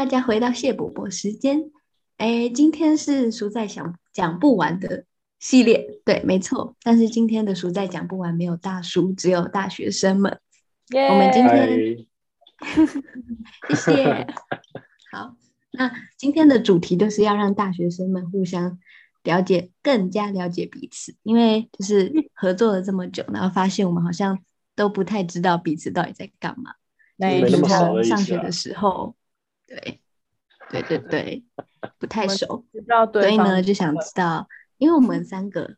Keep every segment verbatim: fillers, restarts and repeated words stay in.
大家回到谢伯伯时间。哎，今天是书在讲讲不完的系列，对，没错。但是今天的书在讲不完，没有大叔，只有大学生们。我们今耶！ 天， 嗨， 谢谢。好，那今天的主题就是要让大学生们互相了解，更加了解彼此，因为就是合作了这么久，然后发现我们好像都不太知道彼此到底在干嘛，就是没没那么熟错， 平常的意思啊。 上学的时候，对对对对，不我们太熟， 知道对方所以呢就想知道，因为我们三个，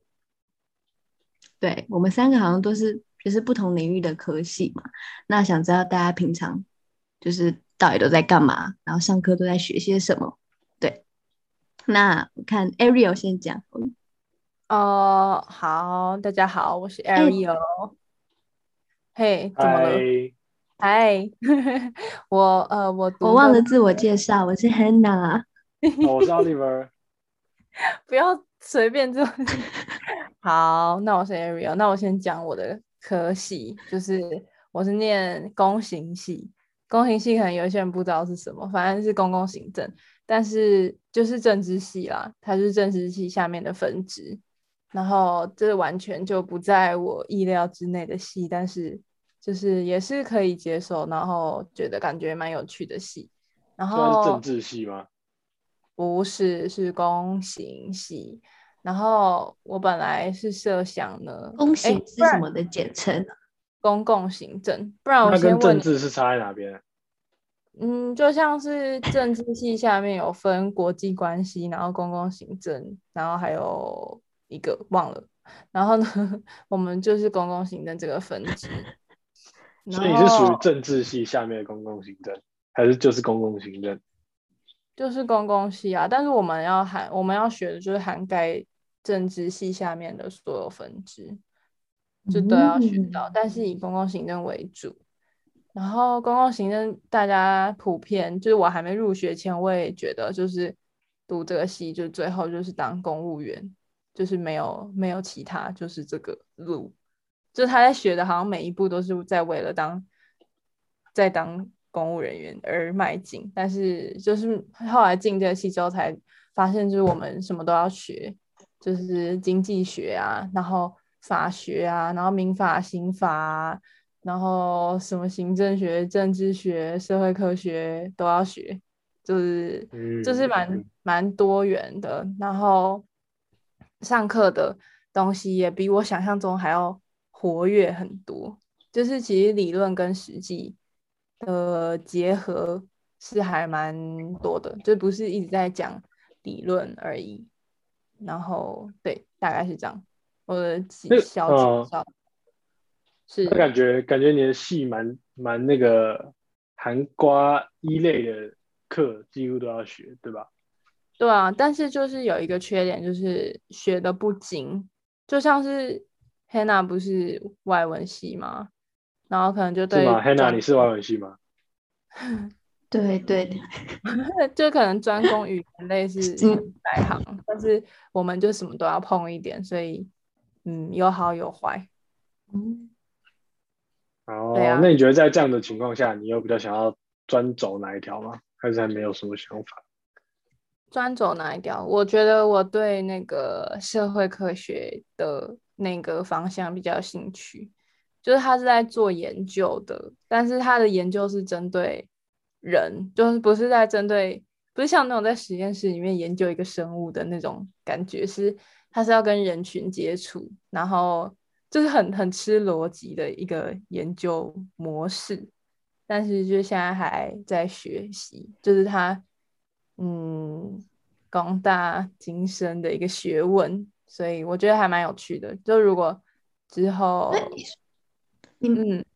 对我们三个好像都是就是不同领域的科系嘛，那想知道大家平常就是到底都在干嘛，然后上课都在学些什么。对，那我看 Ariel 先讲。 哦。好，大家好，我是哎， Ariel。嘿，怎么了？ 嗨， 嗨，我呃，我我读的忘了自我介绍，我是 Hannah。 哦，我是 Oliver。 不要随便就好。那我是 Ariel，那我先讲我的科系，就是我是念公行系。公行系可能有一些人不知道是什么，反正是公共行政，但是就是政治系啦，它是政治系下面的分支。然后这完全就不在我意料之内的系，但是就是也是可以接受，然后觉得感觉蛮有趣的系。然虽然是政后治系吗？ 不是，是公行系。然后我本来是设想呢， 公哎， 行不然是什么的简称？ 公共行政，不然我那跟政先问你。 治是差在哪边啊？ 嗯，就像是政治系下面有分国际关系，然后公共行政，然后还有一个忘了，然后呢，我们就是公共行政这个分支。然所以你是属于后政治系下面的公共行政，还是就是公共行政？ 就是公共系啊，但是我们要涵我们要学的就是涵盖政治系下面的所有分支，就都要学嗯， 到，但是以公共行政为主。然后公共行政大家普遍就是我还没入学前，我也觉得就是读这个系，就最后就是当公务员，就是没有没有其他，就是这个路。就是他在学的，好像每一步都是在为了当在当公务人员而迈进。但是就是后来进这个系之后，才发现就是我们什么都要学，就是经济学啊，然后法学啊，然后民法、刑法啊，然后什么行政学、政治学、社会科学都要学，就是就是嗯， 蛮蛮多元的。然后上课的东西也比我想象中还要活跃很多，就是其实理论跟实际的结合是还蛮多的，就不是一直在讲理论而已。然后对，大概是这样。我的那小介呃， 绍是。 那感觉感觉你的系蛮蛮那个含瓜一类的课几乎都要学，对吧？ 对啊，但是就是有一个缺点，就是学的不精，就像是 Hannah 不是外文系吗？然后可能就是吗对 ？Hannah， 专你是外文系吗？ 对对， 就可能专攻语言类是很嗯在行，但是我们就什么都要碰一点，所以嗯，有好有坏。 嗯， 哦，那对啊。 你觉得在这样的情况下，你有比较想要专走哪一条吗？还是还没有什么想法？ 专走哪一条？我觉得我对那个社会科学的那个方向比较有兴趣，就是他是在做研究的，但是他的研究是针对人，就是不是在针对，不是像那种在实验室里面研究一个生物的那种感觉，是他是要跟人群接触，然后就是很很吃逻辑的一个研究模式。但是就现在还在学习，就是他嗯广大精深的一个学问，所以我觉得还蛮有趣的。就如果之后那你你嗯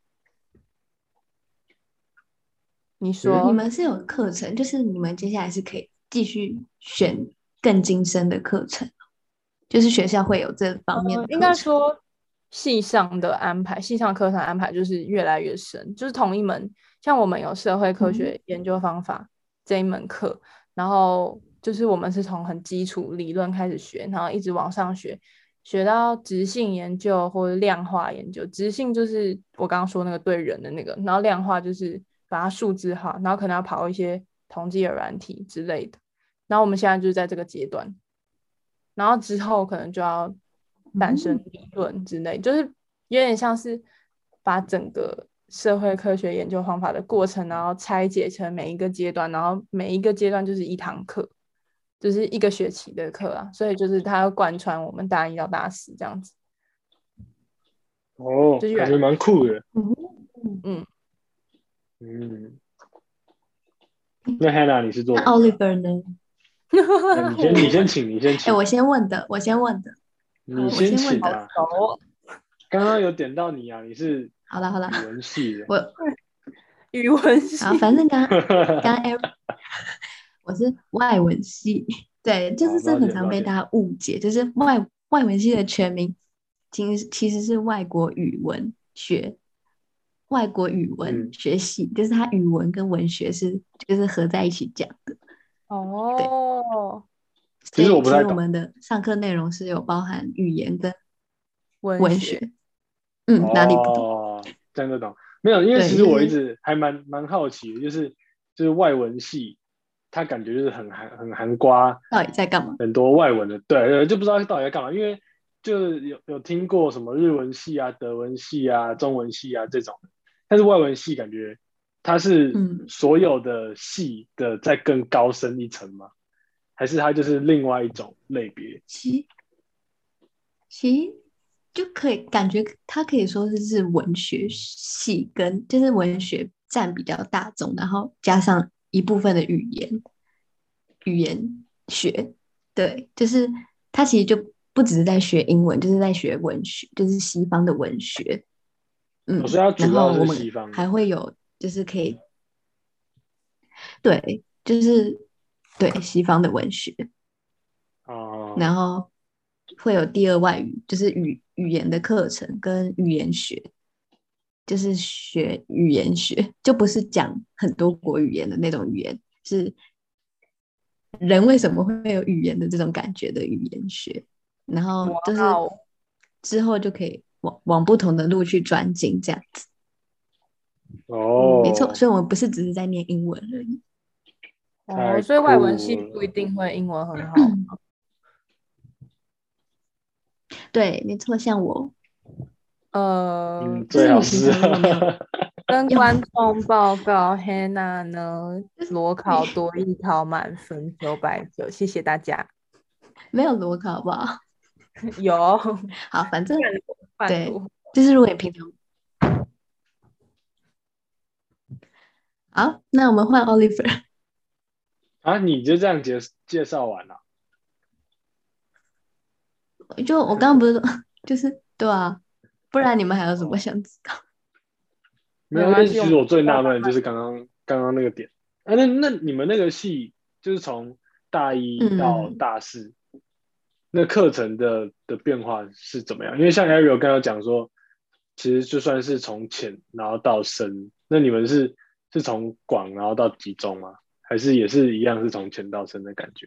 你嗯， 你说。 们是有课程，就是你们接下来是可以继续选更精深的课程，就是学校会有这方面嗯，应的课程。 该说系上的安排，系上课程安排就是越来越深，就是同一门，像我们有社会科嗯学研究方法这一门课，然后就是我们是从很基础理论开始学，然后一直往上学，学到质性研究或者量化研究。质性就是我刚刚说那个对人的那个，然后量化就是把它数字化，然后可能要跑一些统计的软体之类的。然后我们现在就是在这个阶段，然后之后可能就要诞生理论之类，嗯、就是有点像是把整个社会科学研究方法的过程，然后拆解成每一个阶段，然后每一个阶段就是一堂课，就是一个学期的课啊，所以就是它要贯穿我们大一到大四这样子。 哦，感觉蛮酷的。 嗯嗯，那 Hannah 你是做那 Oliver 呢？ 欸、你先，你先请，你先请。 哎、欸，我先问的，我先问的。 你先请啊。 刚刚有点到你啊，你是好了好了， 语文系的。 我语文系。 好，反正刚刚 Eric 我是外文系，对，就是这很常被大家误解，就是外外文系的全名其实其实是外国语文学。外国语文学系、嗯、就是它语文跟文学是就是合在一起讲的哦。 其实我不太懂， 所以其实我们的上课内容是有包含语言跟文学。 文学嗯，哪里不懂？ 哦，这样就懂。没有，因为其实我一直还蛮蛮好奇的，就是就是外文系，它感觉就是很含很含瓜， 到底在干嘛？ 很多外文的，对，就不知道到底在干嘛，因为就有有听过什么日文系啊、德文系啊、中文系啊这种的。但是外文系感觉它是所有的系的再更高深一层吗？还是它就是另外一种类别？ 其其实就可以感觉它可以说是是文学系跟就是文学占比较大众，然后加上一部分的语言语言学，对，就是它其实就不只是在学英文，就是在学文学，就是西方的文学。嗯， 所以它主要是西方， 然后我们还会有就是可以，对，就是对西方的文学， 哦， 然后会有第二外语，就是语语言的课程跟语言学，就是学语言学，就不是讲很多国语言的那种语言，是人为什么会有语言的这种感觉的语言学，然后就是之后就可以往往不同的路去专精这样子。 哦， 没错，所以我们不是只是在念英文而已。 哦，所以外文系不一定会英文很好。 对，没错，像我， 呃， 嗯， 就是你最好是平常如果没有跟观众报告 ，Hannah 呢裸考多益考满分九百九，谢谢大家。 没有裸考好不好？ 有， 好，反正对， 对， 就是如果你平常。好，那我们换 Oliver 啊，你就这样介介绍完了？ 就我刚刚不是说，就是对啊，不然你们还有什么想知道？ 没有，因为其实我最纳闷的就是刚刚刚刚那个点。啊，那那你们那个系就是从大一到大四，嗯、那课程的的变化是怎么样？因为像 Ariel 刚刚讲说，其实就算是从浅然后到深，那你们是是从广然后到集中吗？还是也是一样是从浅到深的感觉？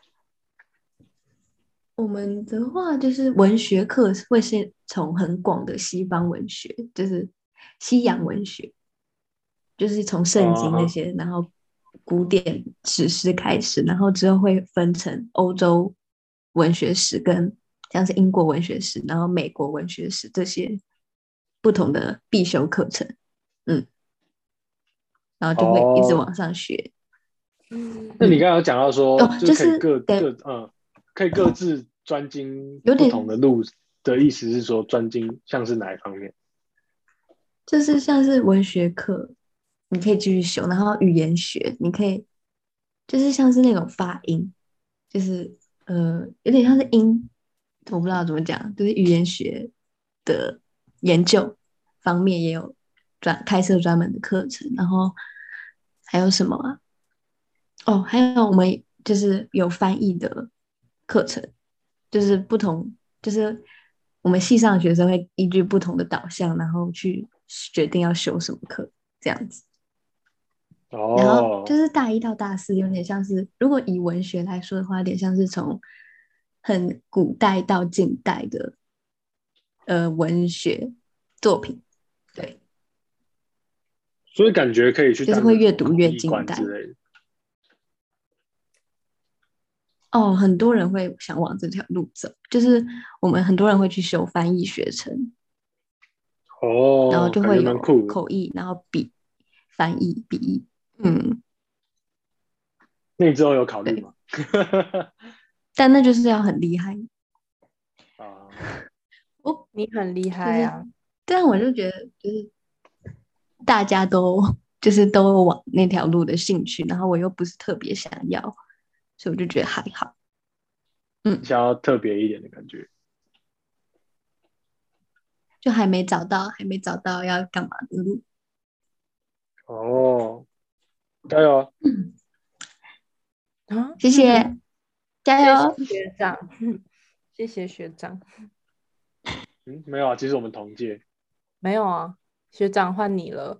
我们的话就是文学课会是从很广的西方文学，就是西洋文学，就是从圣经那些， uh-huh. 然后古典史诗开始，然后之后会分成欧洲文学史跟像是英国文学史，然后美国文学史这些不同的必修课程，嗯，然后就会一直往上学。 嗯、那你刚刚有讲到说， 哦、 就可以各、 就是各嗯，可以各自专精不同的路的意思是说，专精像是哪一方面？ 就是像是文学课，你可以继续修，然后语言学，你可以就是像是那种发音，就是呃，有点像是音，我不知道怎么讲，就是语言学的研究方面也有专开设专门的课程，然后还有什么啊？哦，还有我们就是有翻译的课程，就是不同，就是我们系上的学生会依据不同的导向，然后去决定要修什么课，这样子。 哦， 然后就是大一到大四有点像是，如果以文学来说的话，有点像是从很古代到近代的呃文学作品，对。 所以感觉可以去就是当会越读越口译近代。 官之类的。 哦，很多人会想往这条路走，就是我们很多人会去修翻译学程，然后哦，感觉就会有蛮酷的。 口译，然后笔翻译笔译，嗯， 那你之后有考虑对， 吗？ 但那就是要很厉害。 啊， 我你很厉就是害啊！ 但我就觉得就是大家都就是都有往那条路的兴趣，然后我又不是特别想要，所以我就觉得还好。嗯， 想要特别一点的感觉。 就还没找到，还没找到要干嘛的路。 哦，加油啊！ 嗯， 啊， 谢谢，加谢谢油！ 学长，谢谢学长。 嗯，没有啊，其实我们同届。 没有啊，学长换你了。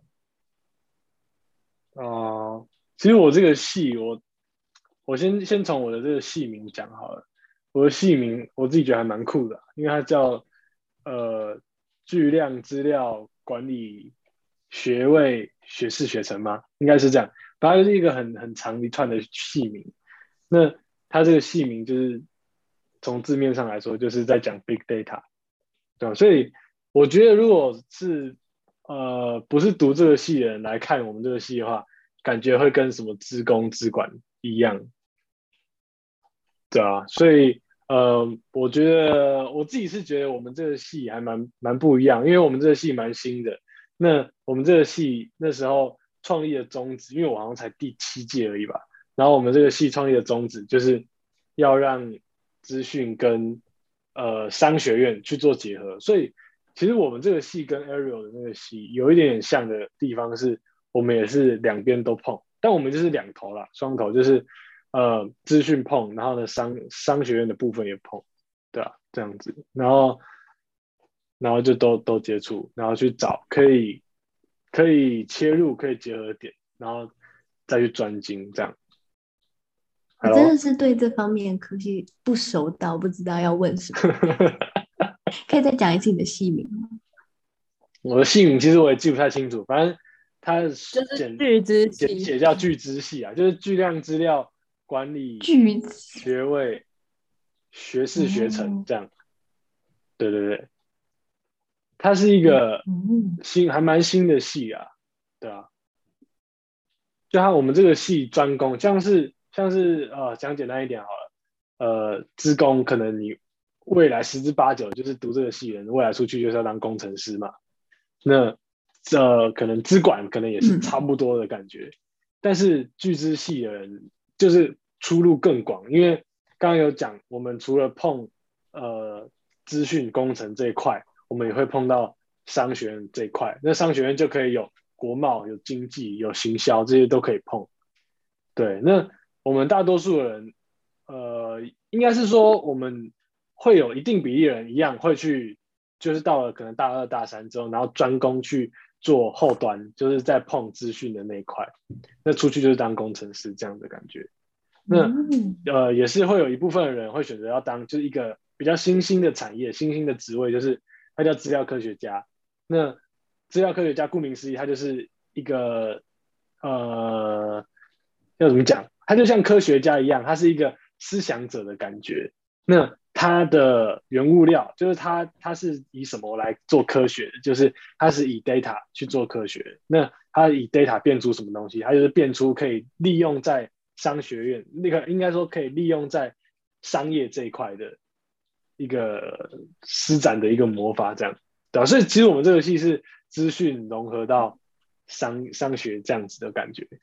哦，其实我这个系，我我先先从我的这个系名讲好了。我的系名我自己觉得还蛮酷的啊，因为它叫呃巨量资料管理学位学士学程吗？应该是这样。反正就是一个很很长一串的系名。那它这个系名就是从字面上来说，就是在讲 big data，对吧？所以我觉得如果是呃不是读这个系的人来看我们这个系的话，感觉会跟什么资工资管一样，对啊，所以呃，我觉得我自己是觉得我们这个系还蛮蛮不一样，因为我们这个系蛮新的。那我们这个系那时候创立的宗旨，因为我好像才第七届而已吧，然后我们这个系创立的宗旨就是要让资讯跟呃商学院去做结合，所以其实我们这个系跟 Ariel 的那个系有一点点像的地方是，我们也是两边都碰，但我们就是两头啦，双头就是呃资讯碰，然后呢商商学院的部分也碰，对啊，这样子，然后然后就都都接触，然后去找可以可以切入可以结合的点，然后再去专精这样。 我真 Hello， 的是对这方面科系不熟到不知道要问什么，可以再讲一次你的系名吗？ 我的姓名其实我也记不太清楚，反正它就是简巨资简系。 写叫巨资系啊，就是巨量资料管理句子学位学士学程哦， 这样。对对对，它是一个嗯， 新还蛮新的系啊，对啊，就它我们这个系专攻，像是像是呃讲简单一点好了，呃，资工可能你未来十之八九就是读这个系的人，未来出去就是要当工程师嘛。那这可能资管可能也是差嗯， 不多的感觉，但是巨资系的人就是出路更广，因为刚刚有讲，我们除了碰呃资讯工程这一块，我们也会碰到商学院这一块。那商学院就可以有国贸、有经济、有行销，这些都可以碰。对，那我们大多数人，呃，应该是说我们会有一定比例的人一样会去，就是到了可能大二大三之后，然后专攻去做后端，就是在碰资讯的那一块，那出去就是当工程师这样的感觉。那嗯， 呃，也是会有一部分的人会选择要当就是一个比较新兴的产业、新兴的职位，就是他叫资料科学家。那资料科学家顾名思义，他就是一个呃要怎么讲？他就像科学家一样，他是一个思想者的感觉。那他的原物料就是他，他是以什么来做科学的？就是他是以 data 去做科学。那他以 data 变出什么东西？他就是变出可以利用在商学院那个，应该说可以利用在商业这一块的一个施展的一个魔法，这样对吧、啊？所以其实我们这个系是资讯融合到商商学这样子的感觉，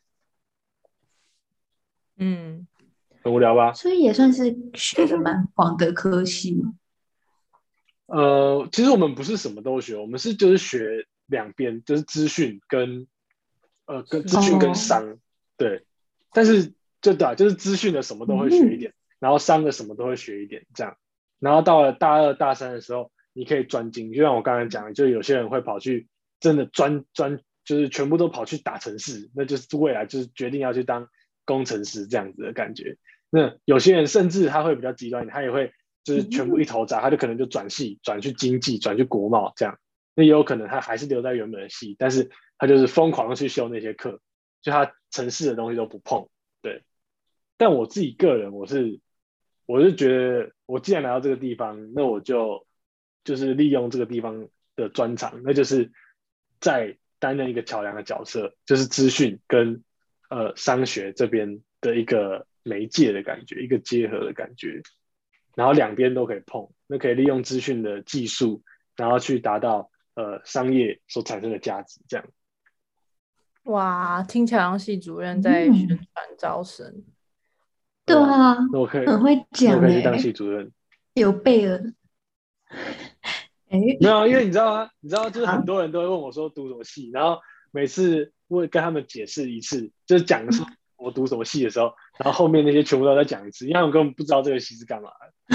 嗯， 很无聊吧？ 所以也算是学的蛮广的科系嘛。 呃，其实我们不是什么都学，我们是就是学两边，就是资讯跟呃跟资讯跟哦， 商，对。但是就对啊，就是资讯的什么都会学一嗯， 点，然后商的什么都会学一点，这样。然后到了大二大三的时候，你可以专精，就像我刚才讲的，就有些人会跑去真的专专，就是全部都跑去打程式，那就是未来就是决定要去当工程师这样子的感觉。那有些人甚至他会比较极端一点，他也会就是全部一嗯， 头扎，他就可能就转系，转去经济，转去国贸这样。那也有可能他还是留在原本的系，但是他就是疯狂的去修那些课，就他城市的东西都不碰。对，但我自己个人我是我就觉得我既然来到这个地方，那我就就是利用这个地方的专长，那就是在担任一个桥梁的角色，就是资讯跟呃商学这边的一个媒介的感觉，一个结合的感觉，然后两边都可以碰，那可以利用资讯的技术，然后去达到呃商业所产生的价值，这样。 哇，听起来像系主任在宣传招生。嗯、 对啊， 那我可以很会讲、欸， 我可以去当系主任， 有备了。 哎，没有，因为你知道吗？你知道，就是很多人都会问我说读什么系，然后每次我跟他们解释一次，就是讲说我读什么系的时候，然后后面那些全部都再讲一次，因为他们根本不知道这个系是干嘛的。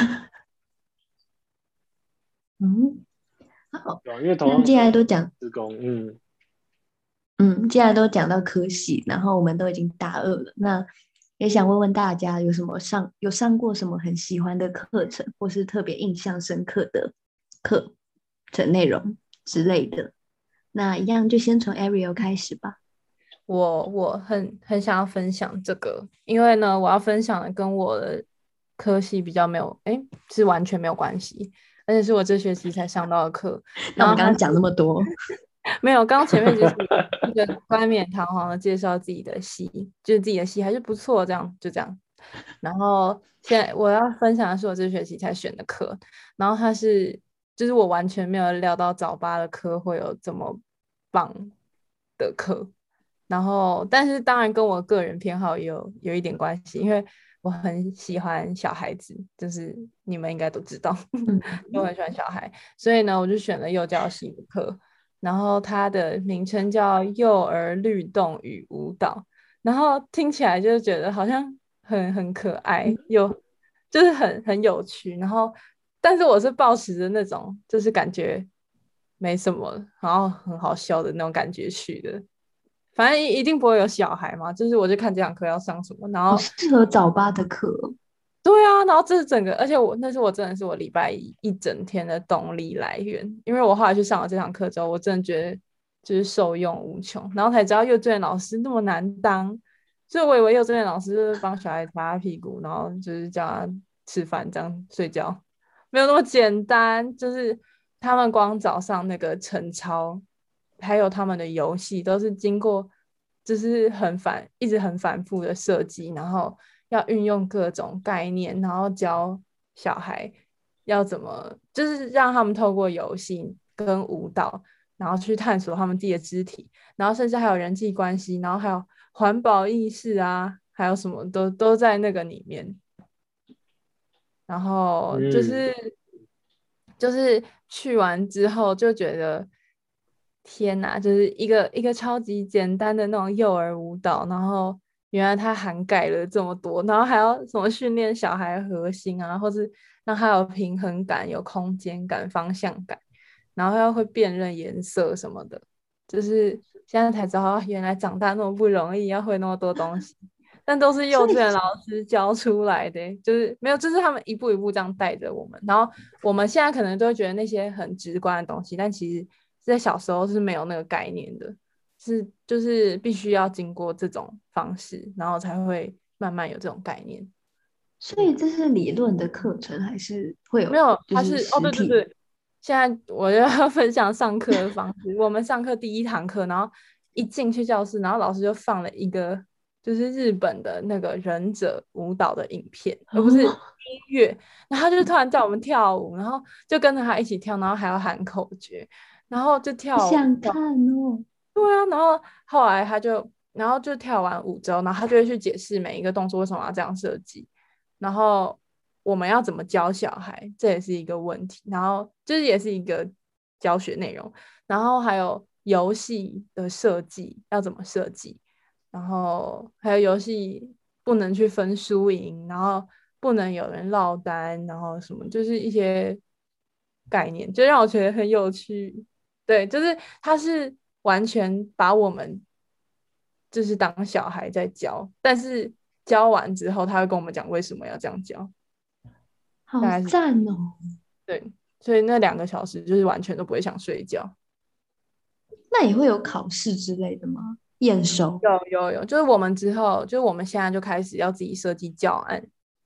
嗯，好， 对啊，因为同样既然都讲职工，嗯嗯，既然都讲到科系，然后我们都已经大二了，那也想问问大家有什么上有上过什么很喜欢的课程，或是特别印象深刻的课程内容之类的。那一样就先从 Ariel 开始吧。 我我很很想要分享这个，因为呢，我要分享的跟我的科系比较没有，哎，是完全没有关系，而且是我这学期才上到的课。 那我们刚刚讲那么多， 没有，刚刚前面就是一个冠冕堂皇的介绍自己的系，就是自己的系还是不错，这样就这样。然后现在我要分享的是我这学期才选的课，然后它是就是我完全没有料到早八的课会有这么棒的课。然后但是当然跟我个人偏好也有有一点关系，因为我很喜欢小孩子，就是你们应该都知道我很喜欢小孩，所以呢我就选了幼教系的课，然后它的名称叫幼儿律动与舞蹈，然后听起来就觉得好像很很可爱，又就是很很有趣，然后但是我是抱持着那种就是感觉没什么然后很好笑的那种感觉去的，反正一定不会有小孩嘛，就是我就看这堂课要上什么，然后好适合早八的课。 对啊，然后这是整个，而且我那是我真的是我礼拜一一整天的动力来源，因为我后来去上了这堂课之后，我真的觉得就是受用无穷，然后才知道幼稚园老师那么难当，所以我以为幼稚园老师就是帮小孩擦屁股，然后就是叫他吃饭这样睡觉，没有那么简单，就是他们光早上那个晨操，还有他们的游戏都是经过就是很反一直很反复的设计，然后要运用各种概念，然后教小孩要怎么就是让他们透过游戏跟舞蹈然后去探索他们自己的肢体，然后甚至还有人际关系，然后还有环保意识啊，还有什么都都在那个里面，然后就是、嗯、就是去完之后就觉得天哪，就是一个一个超级简单的那种幼儿舞蹈，然后原来它涵盖了这么多，然后还要什么训练小孩核心啊，或是让他有平衡感、有空间感、方向感，然后要会辨认颜色什么的，就是现在才知道原来长大那么不容易，要会那么多东西。但都是幼稚园老师教出来的，就是没有，就是他们一步一步这样带着我们。然后我们现在可能都会觉得那些很直观的东西，但其实在小时候是没有那个概念的，是就是必须要经过这种方式，然后才会慢慢有这种概念。 所以这是理论的课程还是会有？ 没有，它是哦，对对对。现在我就要分享上课的方式。我们上课第一堂课，然后一进去教室，然后老师就放了一个就是日本的那个忍者舞蹈的影片，而不是音乐。然后他就突然叫我们跳舞，然后就跟着他一起跳，然后还要喊口诀，然后就跳。 想看哦。 对啊，然后后来他就，然后就跳完舞之后，然后他就会去解释每一个动作为什么要这样设计，然后我们要怎么教小孩，这也是一个问题，然后就是也是一个教学内容，然后还有游戏的设计要怎么设计，然后还有游戏不能去分输赢，然后不能有人落单，然后什么就是一些概念，就让我觉得很有趣。对，就是他是完全把我们就是当小孩在教，但是教完之后他会跟我们讲为什么要这样教。 好赞哦！ 对，所以那两个小时就是完全都不会想睡觉。 那也会有考试之类的吗？验收？ 有有有，就是我们之后，就是我们现在就开始要自己设计教案，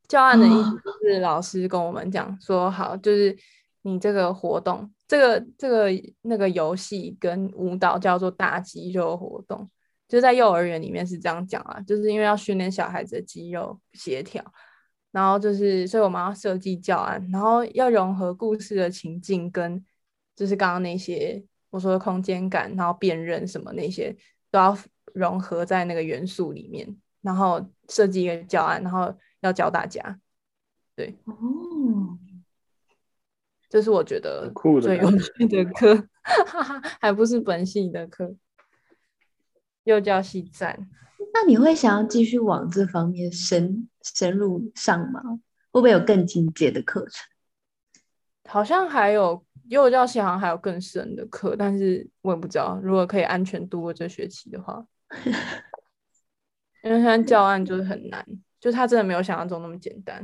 教案的意思就是老师跟我们讲说，好，就是你这个活动，这个这个那个游戏跟舞蹈叫做大肌肉活动，就在幼儿园里面是这样讲啊，就是因为要训练小孩子的肌肉协调，然后就是所以我们要设计教案，然后要融合故事的情境跟就是刚刚那些我说的空间感，然后辨认什么那些都要融合在那个元素里面，然后设计一个教案，然后要教大家。对， 哦， 这是我觉得最有趣的课，还不是本系的课，幼教系站。 那你会想要继续往这方面深深入上吗？会不会有更进阶的课程？ 好像还有幼教系好像还有更深的课，但是我也不知道，如果可以安全度过这学期的话，因为现在教案就是很难，就他真的没有想象中那么简单。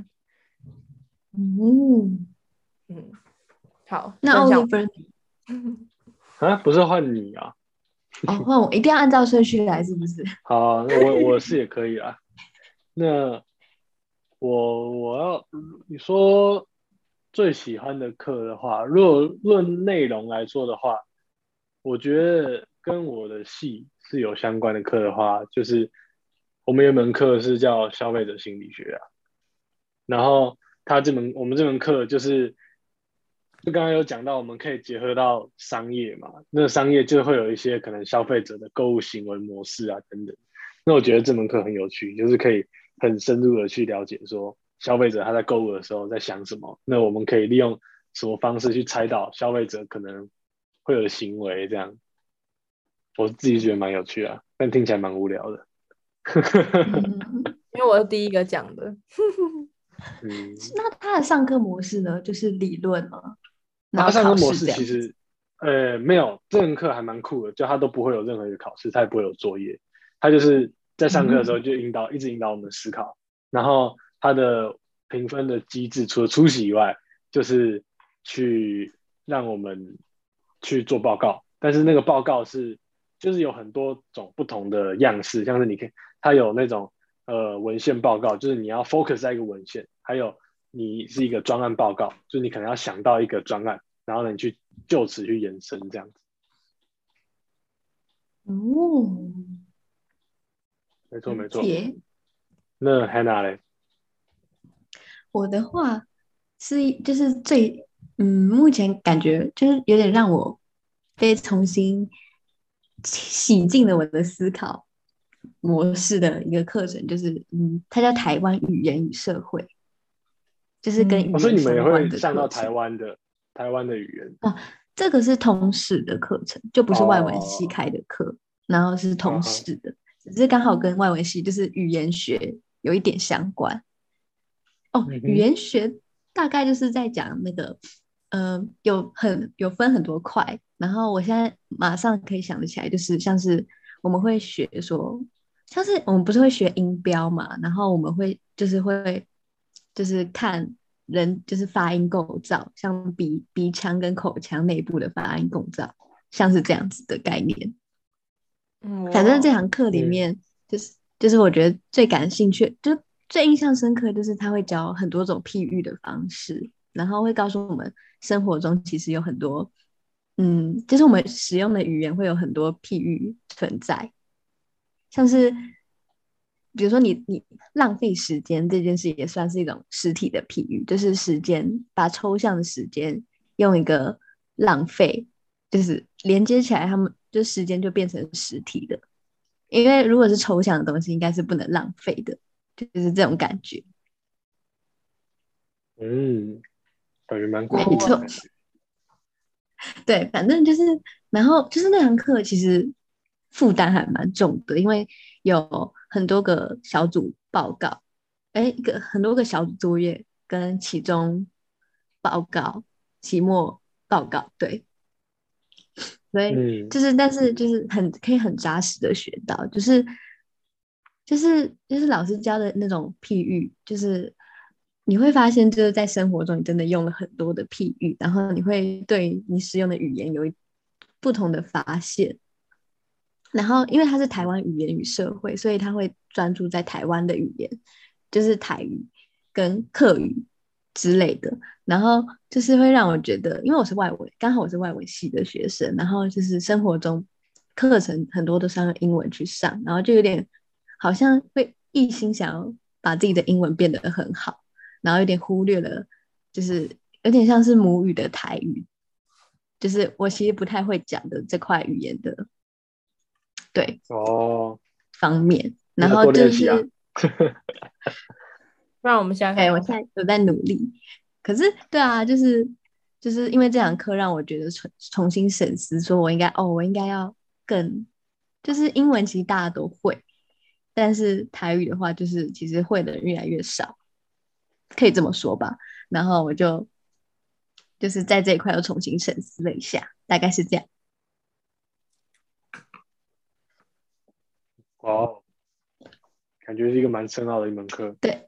嗯嗯，好， 那 Oliver 啊，不是换你啊？ 哦，换我，一定要按照顺序来，是不是？ 好，我我是也可以啦。那我我要你说最喜欢的课的话，如果论内容来说的话，我觉得跟我的系是有相关的课的话，就是我们有一门课是叫消费者心理学啊。然后他这门我们这门课就是就刚刚有讲到，我们可以结合到商业嘛，那商业就会有一些可能消费者的购物行为模式啊等等。那我觉得这门课很有趣，就是可以很深入的去了解说消费者他在购物的时候在想什么，那我们可以利用什么方式去猜到消费者可能会有的行为，这样我自己觉得蛮有趣啊，但听起来蛮无聊的。 因为我是第一个讲的。 嗯，那他的上课模式呢？就是理论吗？ 他上课模式其实，呃，没有，这门课还蛮酷的，就他都不会有任何一个考试，他也不会有作业，他就是在上课的时候就引导，嗯、一直引导我们思考。然后他的评分的机制，除了出席以外，就是去让我们去做报告，但是那个报告是就是有很多种不同的样式，像是你可以，他有那种呃文献报告，就是你要 focus 在一个文献，还有你是一个专案报告，就是你可能要想到一个专案，然后呢你去就此去延伸这样子。 哦， 没错没错。那 Hannah 嘞？ 我的话是就是最嗯，目前感觉就是有点让我被重新洗净了我的思考模式的一个课程，就是嗯，它叫台湾语言与社会，就是跟语言相关的课程。 嗯哦，所以你们也会上到台湾的台湾的语言哦，这个是通识的课程，就不是外文系开的课，哦、然后是通识的，只是刚好跟外文系就是语言学有一点相关。哦， 嗯、 语言学大概就是在讲那个，呃，有很有分很多块，然后我现在马上可以想得起来，就是像是我们会学说，像是我们不是会学音标嘛，然后我们会就是会就是看人就是发音构造，像鼻鼻腔跟口腔内部的发音构造，像是这样子的概念。 嗯， 反正这堂课里面就是、嗯、就是我觉得最感兴趣就。最印象深刻就是他会教很多种譬喻的方式，然后会告诉我们生活中其实有很多，嗯，就是我们使用的语言会有很多譬喻存在，像是比如说你你浪费时间这件事也算是一种实体的譬喻，就是时间把抽象的时间用一个浪费，就是连接起来，他们就时间就变成实体的，因为如果是抽象的东西，应该是不能浪费的。就是这种感觉， 嗯，感觉蛮酷的。没错，对，反正就是，然后就是那堂课其实负担还蛮重的，因为有很多个小组报告，哎，一个很多个小组作业跟期中报告、期末报告，对，所以就是，但是就是很可以很扎实的学到，就是。就是就是老师教的那种譬喻，就是你会发现，就是在生活中你真的用了很多的譬喻，然后你会对你使用的语言有不同的发现。然后因为它是台湾语言与社会，所以他会专注在台湾的语言，就是台语。 跟客语之类的，然后就是会让我觉得，因为我是外文，刚好我是外文系的学生，然后就是生活中课程很多都是用英文去上，然后就有点好像会一心想要把自己的英文变得很好，然后有点忽略了，就是有点像是母语的台语，就是我其实不太会讲的这块语言的，对哦方面，然要后就多练习啊。 是。 不然我们现在哎，我看看看。 现在有在努力，可是对啊，就是就是因为这堂课让我觉得重重新审思，说我应该哦，我应该要更，就是英文其实大家都会，但是台语的话，就是其实会的人越来越少，可以这么说吧。然后我就就是在这一块又重新审思了一下，大概是这样。 哦，感觉是一个蛮深奥的一门课。 对，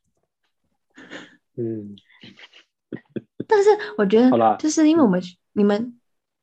嗯， 但是我觉得好啦， 就是因为我们、你们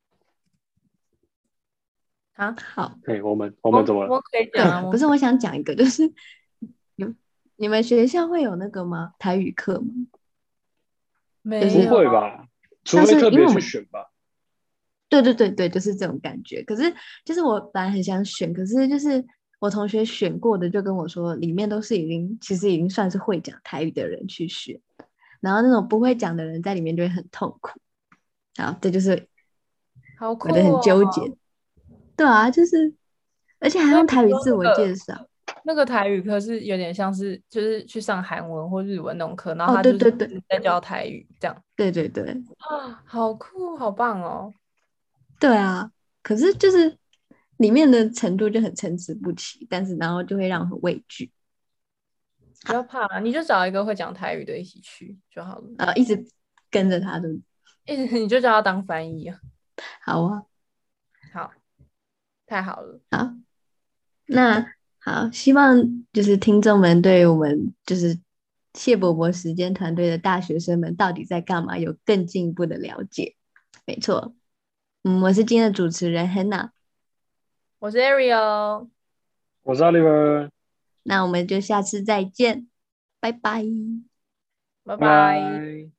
啊， 好。 哎，我们我我们怎么了？ 我可以讲啊， 对， 我不是我想讲一个，就是你们你们学校会有那个吗？台语课吗？ 不没有。 会吧？除像非特别是因为我们去选吧。 对对对对，就是这种感觉。可是就是我本来很想选，可是就是我同学选过的就跟我说，里面都是已经其实已经算是会讲台语的人去选，然后那种不会讲的人在里面就会很痛苦。好，这就是好我的很酷哦！ 纠结。对啊，就是而且还用所以你台语自我说那个介绍。 那个台语课是有点像是就是去上韩文或日文那种课，然后哦， 他就是对对对在教台语这样。 对对对啊，好酷，好棒哦！ 对啊，可是就是里面的程度就很参差不齐，但是然后就会让我很畏惧， 不要怕啊，你就找一个会讲台语的一起去就好了， 呃，一直跟着他的。 一直你就叫他当翻译啊。 好啊， 好，太好了。 好，那好，希望就是听众们对我们就是谢伯伯时间团队的大学生们到底在干嘛有更进一步的了解。没错，嗯，我是今天的主持人 Hannah， 我是 Ariel。 我是 Oliver， 那我们就下次再见，拜拜。 拜拜拜。 拜。